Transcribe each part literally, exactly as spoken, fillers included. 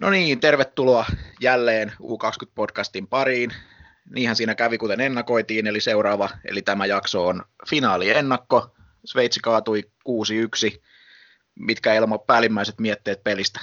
No niin, tervetuloa jälleen U kaksikymmentä-podcastin pariin. Niinhän siinä kävi, kuten ennakoitiin, eli seuraava, eli tämä jakso on finaaliennakko. Sveitsi kaatui kuusi yksi. Mitkä Elmo päällimmäiset mietteet pelistä?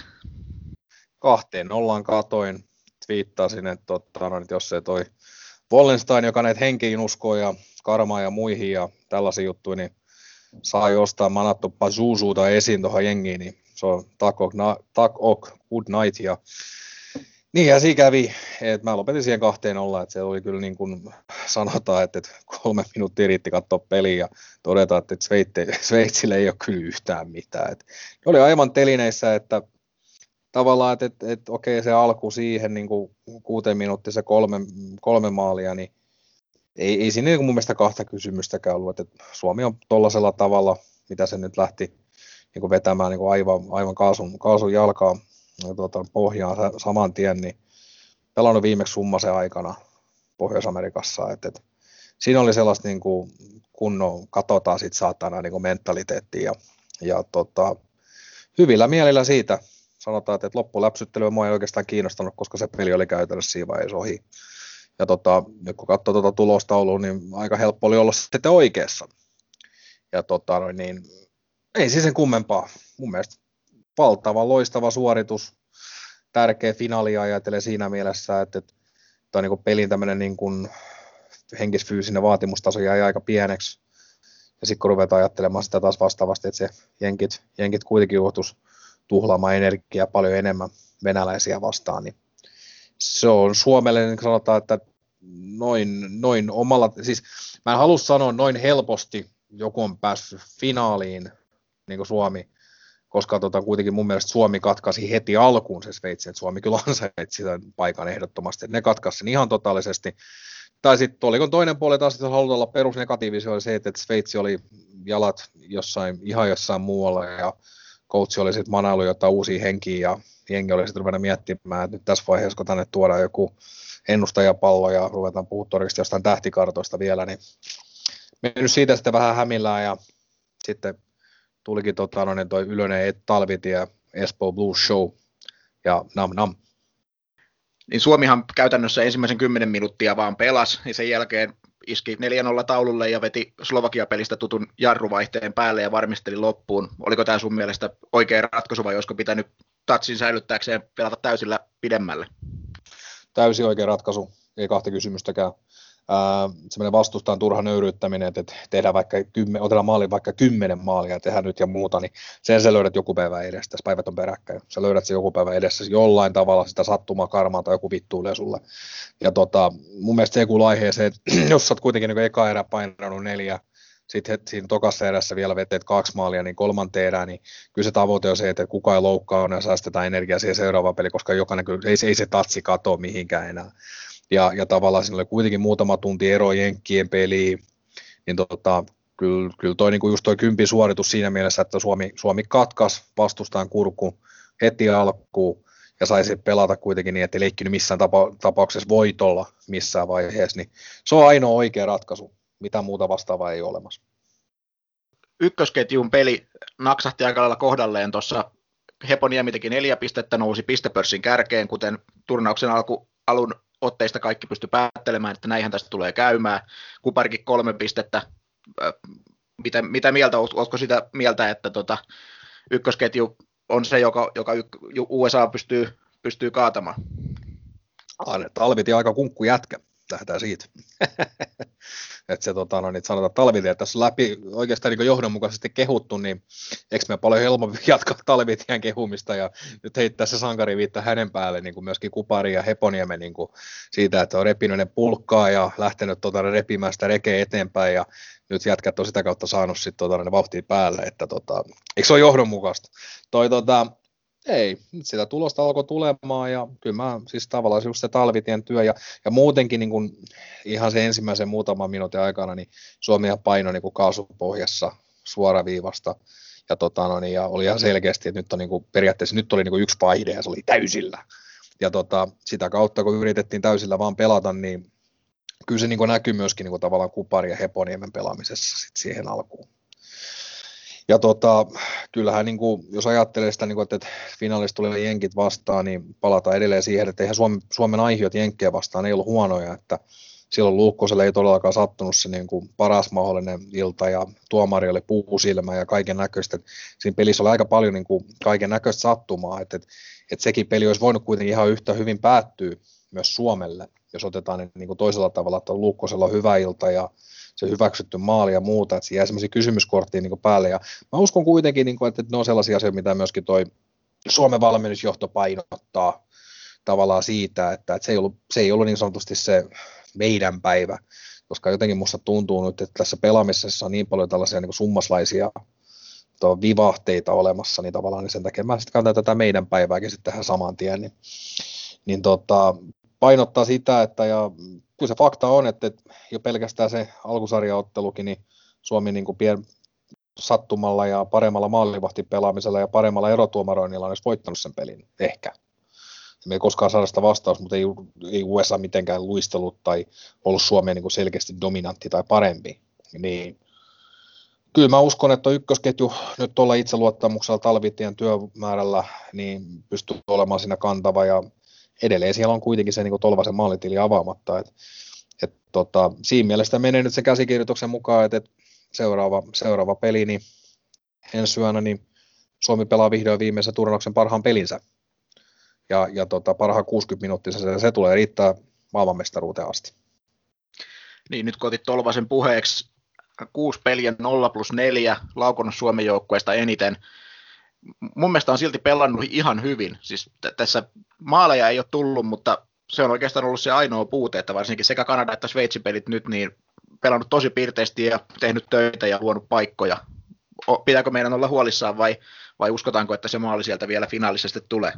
Kahteen nollaan katoin, twiittasin, että, totta, no, että jos se toi Wallenstein, joka näitä henkiin uskoo ja karmaa ja muihin ja tällaisia juttuja, niin saa jostain manattu Pazuzuuta esiin tuohon jengiin, niin se on tak ok, na, tak ok good night. Ja niinhän siinä kävi, että mä lopetin siihen kahteen nollaan, että se oli kyllä niin kuin sanotaan, että kolme minuuttia riitti katsoa peliä ja todeta, että Sveitsille ei ole kyllä yhtään mitään. Että ne oli aivan telineissä, että tavallaan, että, että, että okei se alku siihen niin kuin kuuteen minuuttia se kolme, kolme maalia, niin ei, ei siinä niin mun mielestä kahta kysymystäkään ollut, että Suomi on tollaisella tavalla, mitä se nyt lähti niin kuin vetämään niin kuin aivan, aivan kaasun, kaasun jalkaa ja tuota, pohjaan saman tien, niin pelannut viimeksi summasen aikana Pohjois-Amerikassa, että, että siinä oli sellaista niin kuin kunnon, katsotaan sit saatana niin kuin mentaliteettia ja, ja tota, hyvillä mielillä siitä. Sanotaan, että loppuläpsyttelyä mua ei oikeastaan kiinnostanut, koska se peli oli käytännössä siinä vaiheessa ohi. Ja tota, nyt kun katsoo tuota tulostaulua, niin aika helppo oli olla sitten oikeassa. Ja tota, niin, ei siis sen kummempaa. Mun mielestä valtava, loistava suoritus. Tärkeä finaali ajatellen siinä mielessä, että, että tämä niin kuin pelin tämmöinen niin kuin henkisfyysinen vaatimustaso jäi aika pieneksi. Ja sitten kun ruvetaan ajattelemaan sitä taas vastaavasti, että se jenkit, jenkit kuitenkin joutuisi tuhlaamaan energiaa paljon enemmän venäläisiä vastaan, niin se on Suomelle, niin sanotaan, että noin, noin omalla, siis mä en halua sanoa noin helposti joku on päässyt finaaliin, niin kuin Suomi, koska tota, kuitenkin mun mielestä Suomi katkaisi heti alkuun se Sveitsi, että Suomi kyllä ansaitsi sitä paikan ehdottomasti, että ne katkaisi sen ihan totaalisesti. Tai sitten oliko toinen puoli taas, että halutaan olla perusnegatiivisia, oli se, että Sveitsi oli jalat jossain, ihan jossain muualla, ja coach oli sitten manailu jotain uusia henkiä, ja jengi oli sitten ruvennut miettimään, että nyt tässä vaiheessa, kun tänne tuodaan joku ennustajapallo, ja ruvetaan puhua todennäköisesti jostain tähtikartoista vielä, niin mennyt siitä sitten vähän hämillään, ja sitten tulikin tota, no, niin toi Ylönen Talvitie, Espoo Blues Show, ja nam nam. Niin Suomihan käytännössä ensimmäisen kymmenen minuuttia vaan pelasi, ja sen jälkeen iski neljä nolla taululle ja veti Slovakia-pelistä tutun jarruvaihteen päälle ja varmisteli loppuun. Oliko tämä sun mielestä oikea ratkaisu vai olisiko pitänyt tatsin säilyttääkseen pelata täysillä pidemmälle? Täysin oikea ratkaisu, ei kahta kysymystäkään. Äh, semmoinen vastustaan turha nöyryyttäminen, että tehdään vaikka kymmen, otetaan maali vaikka kymmenen maalia ja tehdään nyt ja muuta, niin sen sä löydät joku päivä edessä, tässä päivät on peräkkäin. Sä löydät sen joku päivä edessä jollain tavalla sitä sattumaa karmaa tai joku vittuilee sulle. Ja tota, mun mielestä se ei kuulu aiheeseen, että jos sä oot kuitenkin niin eka erä painanut neljä, sitten siinä tokassa erässä vielä veteet kaksi maalia, niin kolmanteen erään, niin kyllä se tavoite on se, että kukaan ei loukkaa ja säästetään energiaa siihen seuraavaan peliin, koska jokainen kyllä, ei, ei se tatsi katoa mihinkään enää. Ja, ja tavallaan siinä oli kuitenkin muutama tunti ero jenkkien peliin, niin tota, kyllä, kyllä toi, niin kuin just toi kympin suoritus siinä mielessä, että Suomi, Suomi katkas vastustaan kurkku heti alkuun ja saisi pelata kuitenkin niin, että ei leikkinyt missään tapa, tapauksessa voitolla missään vaiheessa, niin se on ainoa oikea ratkaisu, mitä muuta vastaavaa ei ole olemassa. Ykkösketjun peli naksahti aika lailla kohdalleen tuossa. Heponiemi teki neljä pistettä, nousi pistepörssin kärkeen, kuten turnauksen alku, alun otteista kaikki pysty päättelemään, että näinhän tästä tulee käymään. Kuparikin kolme pistettä. Mitä, mitä mieltä, oletko sitä mieltä, että tota, ykkösketju on se, joka, joka U S A pystyy, pystyy kaatamaan? Talvitie aika kunkku jätkä, lähdetään siitä. Että se tota, no, niin sanotaan Talvitie, että tässä läpi oikeastaan niin johdonmukaisesti kehuttu, niin eikö me paljon helpompi jatkaa Talvitien kehumista ja nyt heittää se sankari viittaa hänen päälle niin kuin myöskin Kupari ja Heponiemen niin kuin siitä, että on repinyt ne pulkkaa ja lähtenyt tota, repimään sitä rekeä eteenpäin ja nyt jätkät on sitä kautta saanut sitten tota, ne vauhtia päälle, että tota, eikö se ole johdonmukaista? Toi tota, ei, nyt sitä tulosta alkoi tulemaan ja kyllä mä siis tavallaan just se Talvitien työ ja, ja muutenkin niin kuin ihan se ensimmäisen muutaman minuutin aikana niin Suomi painoi niin kuin kaasupohjassa suoraviivasta ja, tota, no niin, ja oli ihan selkeästi, että nyt on niin kuin, periaatteessa nyt oli niin kuin yksi vaihde ja se oli täysillä ja tota, sitä kautta kun yritettiin täysillä vaan pelata niin kyllä se niin kuin näkyy myöskin niin kuin tavallaan Kupari ja Heponiemen pelaamisessa sit siihen alkuun. Ja tota, kyllähän niin kuin, jos ajattelee sitä, niin kuin, että finaalista tulee jenkit vastaan, niin palataan edelleen siihen, että eihän Suomen, Suomen aihiot jenkkejä vastaan ei ollut huonoja, että silloin Luukkoselle ei todellakaan sattunut se niin kuin paras mahdollinen ilta ja tuomari oli puusilmä ja kaiken näköistä. Siinä pelissä oli aika paljon niin kuin kaiken näköistä sattumaa, että, että, että sekin peli olisi voinut kuitenkin ihan yhtä hyvin päättyä myös Suomelle, jos otetaan niin, niin kuin toisella tavalla, että Luukkosella on hyvä ilta ja se hyväksytty maali ja muuta, että siinä jää sellaisia kysymyskorttia niin kuin päälle. Ja mä uskon kuitenkin, niin kuin, että ne on sellaisia asioita, mitä myöskin toi Suomen valmennusjohto painottaa tavallaan siitä, että, että se, ei ollut, se ei ollut niin sanotusti se meidän päivä, koska jotenkin musta tuntuu nyt, että tässä pelaamisessa on niin paljon tällaisia niin kuin summaslaisia vivahteita olemassa, niin tavallaan niin sen takia mä sitten käytän tätä meidän päivääkin sitten tähän saman tien, niin, niin tota, painottaa sitä, että ja kyllä se fakta on, että jo pelkästään se alkusarjaottelukin, niin Suomi niin kuin pien sattumalla ja paremmalla maalivahtipelaamisella ja paremmalla erotuomaroinnilla olisi voittanut sen pelin, ehkä. Me ei koskaan saada sitä vastaus, mutta ei, ei U S A mitenkään luistellut tai ollut Suomeen niin kuin selkeästi dominantti tai parempi. Niin, kyllä mä uskon, että ykkösketju nyt tuolla itseluottamuksella talvitien työmäärällä niin pystyy olemaan siinä kantava ja edelleen siellä on kuitenkin se niin kuin Tolvasen maalitili avaamatta. Et, et, tota, siinä mielessä menee nyt sen käsikirjoituksen mukaan, että et seuraava, seuraava peli, niin ensi yönä niin Suomi pelaa vihdoin viimeisen turnauksen parhaan pelinsä. Ja, ja tota, parhaan kuusikymmentä minuuttia se, se tulee riittää maailmanmestaruuteen asti. Niin, nyt kun otit Tolvasen puheeksi, kuusi peliä nolla plus neljä, laukonut Suomen joukkueesta eniten. Mun mielestä on silti pelannut ihan hyvin. Siis t- tässä maaleja ei ole tullut, mutta se on oikeastaan ollut se ainoa puute, että varsinkin sekä Kanada että Sveitsin pelit nyt niin pelannut tosi piirteisesti ja tehnyt töitä ja luonut paikkoja. Pitääkö meidän olla huolissaan vai, vai uskotaanko, että se maali sieltä vielä finaalisesti tulee?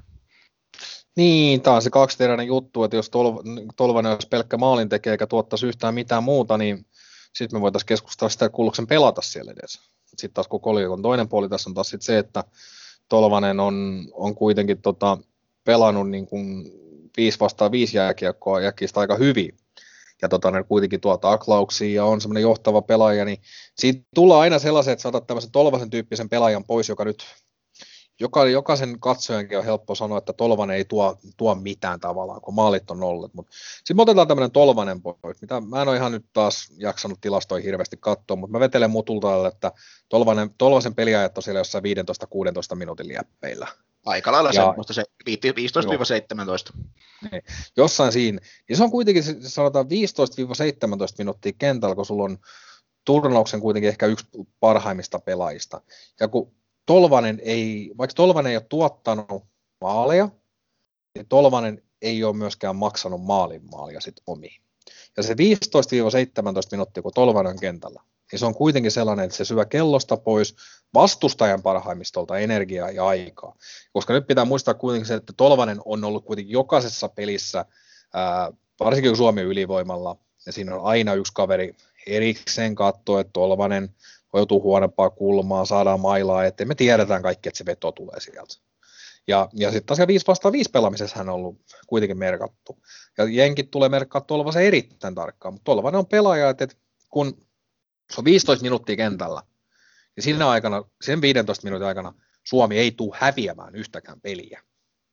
Niin, tämä on se kaksiteräinen juttu, että jos Tol- Tolvanen olisi pelkkä maalin tekee eikä tuottaisi yhtään mitään muuta, niin sitten me voitaisiin keskustella sitä, että kuuluuko sen pelata siellä edes. Sitten taas kun kolikon toinen puoli tässä on taas sit se, että Tolvanen on, on kuitenkin tota, pelannut niin kuin viisi vastaan viisi jääkiekkoa jäkistä aika hyvin. Ja tota, ne kuitenkin tuo taklauksia ja on semmoinen johtava pelaaja, niin siitä tulee aina sellaisen, että saatat tämmöisen Tolvasen tyyppisen pelaajan pois, joka nyt Joka, jokaisen katsojankin on helppo sanoa, että Tolvanen ei tuo, tuo mitään tavallaan, kun maalit on ollut. Sitten me otetaan tämmöinen Tolvanen pois, mitä mä en ole ihan nyt taas jaksanut tilastoja hirveästi katsoa, mutta mä vetelen mutulta, että Tolvanen, Tolvasen peliajat on siellä jossain viisitoista kuusitoista minuutin lieppeillä. Aika lailla semmoista, se viisitoista seitsemäntoista. Niin, jossain siinä. Ja se on kuitenkin, sanotaan viisitoista seitsemäntoista minuuttia kentällä, kun sulla on turnauksen kuitenkin ehkä yksi parhaimmista pelaajista. Ja kun Tolvanen ei, vaikka Tolvanen ei ole tuottanut maaleja, niin Tolvanen ei ole myöskään maksanut maalin maalia sit omiin. Ja se viisitoista seitsemäntoista minuuttia, kun Tolvanen on kentällä, niin se on kuitenkin sellainen, että se syö kellosta pois vastustajan parhaimmistolta energiaa ja aikaa. Koska nyt pitää muistaa kuitenkin se, että Tolvanen on ollut kuitenkin jokaisessa pelissä, ää, varsinkin kun Suomi ylivoimalla, ja siinä on aina yksi kaveri erikseen katsoa, että Tolvanen joutuu huonompaa kulmaa, saadaan mailaa eteen. Me tiedetään kaikki, että se veto tulee sieltä. Ja, ja sitten taas viisi vastaan viisi pelaamisessa hän on ollut kuitenkin merkattu. Ja jenkit tulee merkkaa Tolvasen erittäin tarkkaan, mutta Tolvanen on pelaaja, että kun se on viisitoista minuuttia kentällä, niin siinä aikana, sen viidentoista minuutin aikana Suomi ei tule häviämään yhtäkään peliä.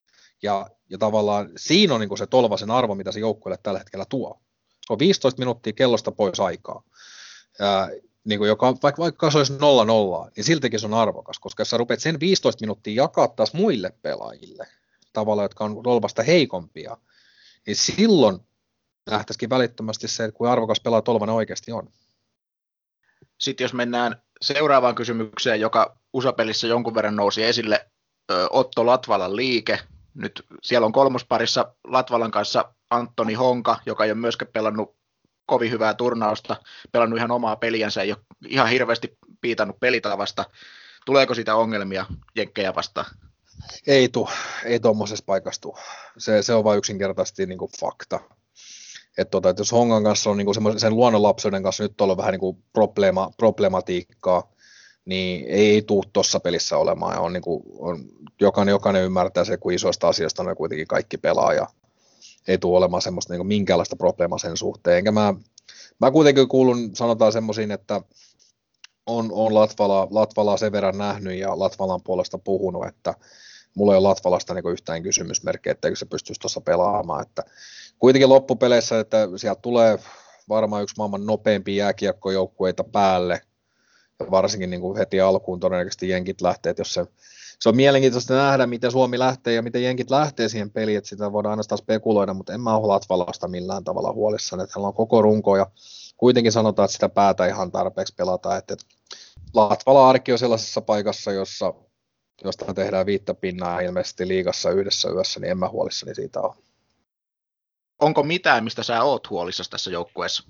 Ja, ja tavallaan siinä on niin kuin se Tolvasen arvo, mitä se joukkueelle tällä hetkellä tuo. Se on viisitoista minuuttia kellosta pois aikaa. Ja, niin kuin joka, vaikka, vaikka se olisi nolla nolla, niin siltikin se on arvokas, koska jos sä rupeat sen viisitoista minuuttia jakaa taas muille pelaajille, tavalla, jotka on Tolvasta heikompia, niin silloin lähtisikin välittömästi se, että kuin arvokas pelaaja Tolvanen oikeasti on. Sitten jos mennään seuraavaan kysymykseen, joka U S A-pelissä jonkun verran nousi esille, Otto Latvalan liike. Nyt siellä on kolmosparissa Latvalan kanssa Antoni Honka, joka ei ole myöskään pelannut kovin hyvää turnausta, pelannut ihan omaa peliänsä, ei ole ihan hirveästi piitannut pelitavasta. Tuleeko sitä ongelmia jenkkejä vastaan? Ei tule, ei tuommoisessa paikassa tule. Se, se on vain yksinkertaisesti niin kuin fakta. Että tota, et jos Hongan kanssa on niin kuin sen luonnonlapsuuden kanssa nyt ollut vähän niin kuin problema, problematiikkaa, niin ei, ei tule tuossa pelissä olemaan. Ja on, niin kuin, on, jokainen, jokainen ymmärtää se, kun isoista asioista on kuitenkin kaikki pelaaja. Ei tule olemaan semmoista niin kuin minkäänlaista probleemaa sen suhteen. Enkä mä, mä kuitenkin kuulun, sanotaan semmoisiin, että on, on Latvala, Latvalaa sen verran nähnyt ja Latvalan puolesta puhunut, että mulla ei ole Latvalasta niin yhtään kysymysmerkkiä, etteikö se pystyisi tuossa pelaamaan. Että kuitenkin loppupeleissä, että sieltä tulee varmaan yksi maailman nopeampi jääkiekkojoukkueita päälle, ja varsinkin niin kuin heti alkuun todennäköisesti jenkit lähtee, että jos se, se on mielenkiintoista nähdä, miten Suomi lähtee ja miten jenkit lähtee siihen peliin, että sitä voidaan aina spekuloida, mutta en mä ole Latvalasta millään tavalla huolissani, että hänellä on koko runko ja kuitenkin sanotaan, että sitä päätä ihan tarpeeksi pelata, että Latvala arki on sellaisessa paikassa, jossa josta tehdään viittä pinnaa ilmeisesti liigassa yhdessä yössä, niin en mä huolissani siitä ole. Onko mitään, mistä sä oot huolissasi tässä joukkueessa?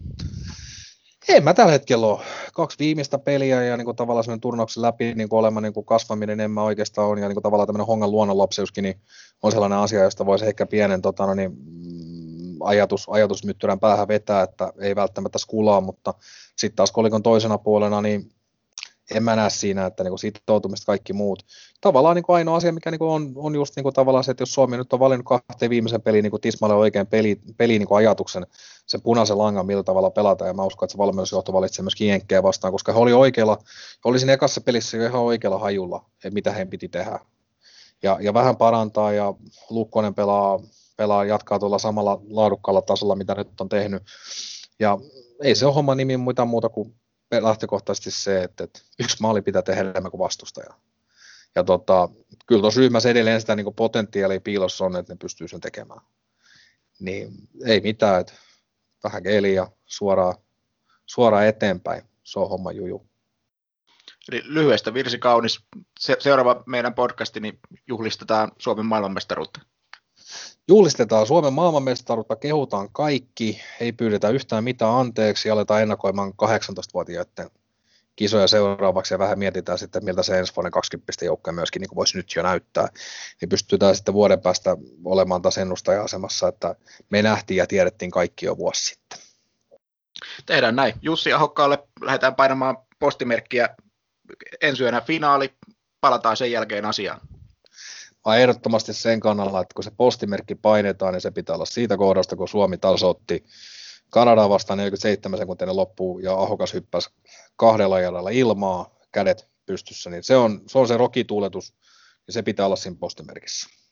En mä tällä hetkellä ole. Kaksi viimeistä peliä ja niin kuin tavallaan sellainen turnauksen läpi niin kuin olemaan niin kuin kasvaminen en mä oikeastaan ole. Ja niin kuin tavallaan tämmöinen hongan luonnonlapseuskin niin on sellainen asia, josta voisi ehkä pienen tota, no niin, ajatus, ajatusmyttyrän päähän vetää, että ei välttämättä skulaa, mutta sitten taas kolikon toisena puolena, niin en mä näe siinä, että niinku sitoutumista kaikki muut. Tavallaan niinku ainoa asia, mikä niinku on, on just niinku tavallaan se, että jos Suomi nyt on valinnut kahteen viimeisen peliin niinku tismalle oikein peli, peli niinku ajatuksen, sen punaisen langan, millä tavalla pelata, ja mä uskon, että se valmennusjohto valitsee myöskin jenkkejä vastaan, koska he oli oikealla, he oli siinä ekassa pelissä jo ihan oikealla hajulla, että mitä he piti tehdä. Ja, ja vähän parantaa, ja Lukkonen pelaa, pelaa, jatkaa tuolla samalla laadukkaalla tasolla, mitä nyt on tehnyt. Ja ei se ole homma nimi muuta muuta kuin lähtökohtaisesti se, että, että yksi maali pitää tehdä enemmän kuin vastustaja. Ja tota, kyllä tuossa ryhmässä edelleen sitä niin potentiaalia piilossa on, että ne pystyy sen tekemään. Niin ei mitään, että vähän keeliä ja suoraan, suoraan eteenpäin. Se on homma juju. Eli lyhyestä virsi kaunis. Se, seuraava meidän podcasti, niin juhlistetaan Suomen maailmanmestaruutta. Juhlistetaan Suomen maailmanmestaruutta, kehutaan kaikki, ei pyydetä yhtään mitään anteeksi ja aletaan ennakoimaan kahdeksantoistavuotiaiden kisoja seuraavaksi ja vähän mietitään sitten, miltä se ensi vuoden kaksikymmentä joukkoja myöskin niin kuin voisi nyt jo näyttää. Niin pystytään sitten vuoden päästä olemaan taas ennustaja-asemassa, että me nähtiin ja tiedettiin kaikki jo vuosi sitten. Tehdään näin. Jussi Ahokkaalle lähdetään painamaan postimerkkiä ensi yönä finaali, palataan sen jälkeen asiaan. Mä ehdottomasti sen kannalla, että kun se postimerkki painetaan, niin se pitää olla siitä kohdasta, kun Suomi tasoitti Kanadaa vastaan neljäkymmentäseitsemän sekuntia loppuu ja Ahokas hyppäsi kahdella jalalla ilmaa, kädet pystyssä, niin se on se, on se rokituuletus ja se pitää olla siinä postimerkissä.